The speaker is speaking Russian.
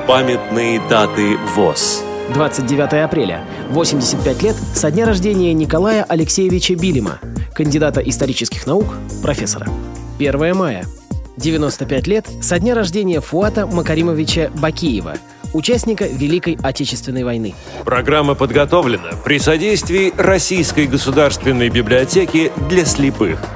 Памятные даты ВОС. 29 апреля. 85 лет со дня рождения Николая Алексеевича Билема, кандидата исторических наук, профессора. 1 мая. 95 лет со дня рождения Фуата Макаримовича Бакиева, участника Великой Отечественной войны. Программа подготовлена при содействии Российской государственной библиотеки для слепых.